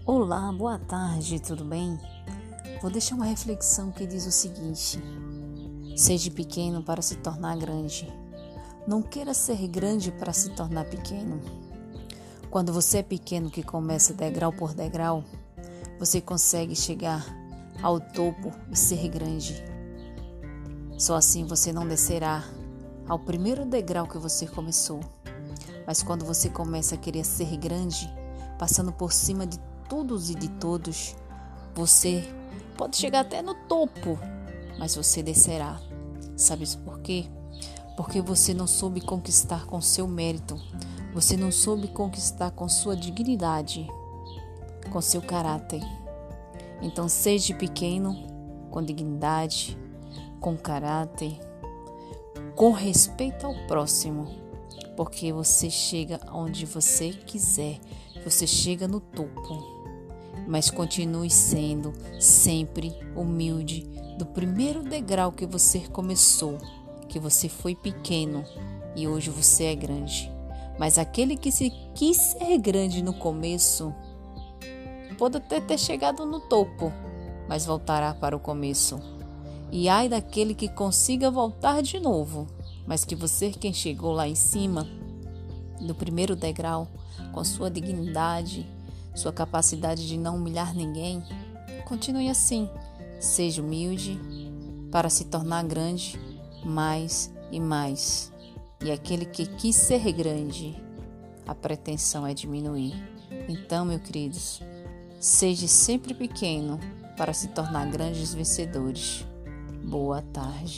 Olá, boa tarde, tudo bem? Vou deixar uma reflexão que diz o seguinte: seja pequeno para se tornar grande. Não queira ser grande para se tornar pequeno. Quando você é pequeno, que começa degrau por degrau, você consegue chegar ao topo e ser grande. Só assim você não descerá ao primeiro degrau que você começou. Mas quando você começa a querer ser grande, passando por cima de todos e de todos, você pode chegar até no topo, mas você descerá. Sabe isso por quê? Porque você não soube conquistar com seu mérito, você não soube conquistar com sua dignidade, com seu caráter. Então seja pequeno, com dignidade, com caráter, com respeito ao próximo, porque você chega onde você quiser, você chega no topo. Mas continue sendo sempre humilde do primeiro degrau que você começou, que você foi pequeno e hoje você é grande. Mas aquele que se quis ser grande no começo, pode até ter chegado no topo, mas voltará para o começo. E ai daquele que consiga voltar de novo, mas que você, quem chegou lá em cima, no primeiro degrau, com sua dignidade, sua capacidade de não humilhar ninguém, continue assim. Seja humilde para se tornar grande mais e mais. E aquele que quis ser grande, a pretensão é diminuir. Então, meus queridos, seja sempre pequeno para se tornar grandes vencedores. Boa tarde.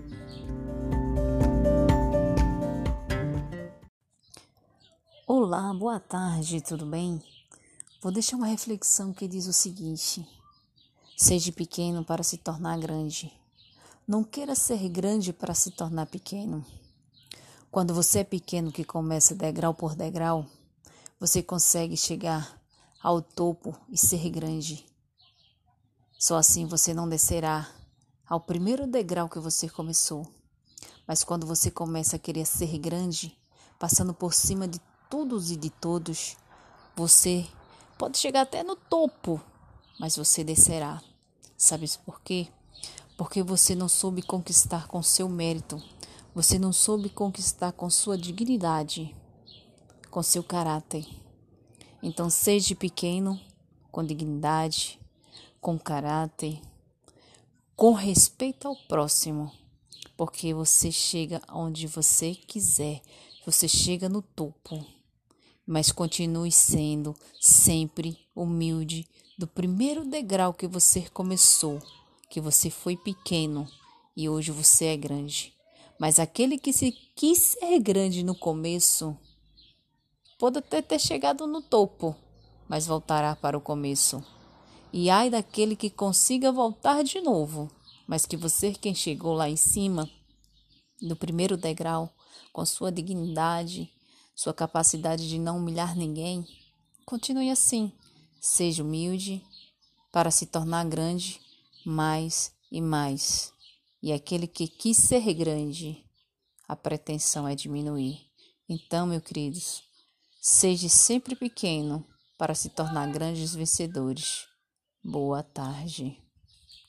Olá, boa tarde, tudo bem? Vou deixar uma reflexão que diz o seguinte: seja pequeno para se tornar grande. Não queira ser grande para se tornar pequeno. Quando você é pequeno, que começa degrau por degrau, você consegue chegar ao topo e ser grande. Só assim você não descerá ao primeiro degrau que você começou. Mas quando você começa a querer ser grande, passando por cima de todos e de todos, você pode chegar até no topo, mas você descerá. Sabe isso por quê? Porque você não soube conquistar com seu mérito, você não soube conquistar com sua dignidade, com seu caráter. Então seja pequeno, com dignidade, com caráter, com respeito ao próximo, porque você chega onde você quiser, você chega no topo. Mas continue sendo sempre humilde do primeiro degrau que você começou, que você foi pequeno e hoje você é grande. Mas aquele que se quis ser grande no começo, pode até ter chegado no topo, mas voltará para o começo. E ai daquele que consiga voltar de novo, mas que você, quem chegou lá em cima, no primeiro degrau, com sua dignidade, sua capacidade de não humilhar ninguém, continue assim. Seja humilde para se tornar grande mais e mais. E aquele que quis ser grande, a pretensão é diminuir. Então, meus queridos, seja sempre pequeno para se tornar grandes vencedores. Boa tarde.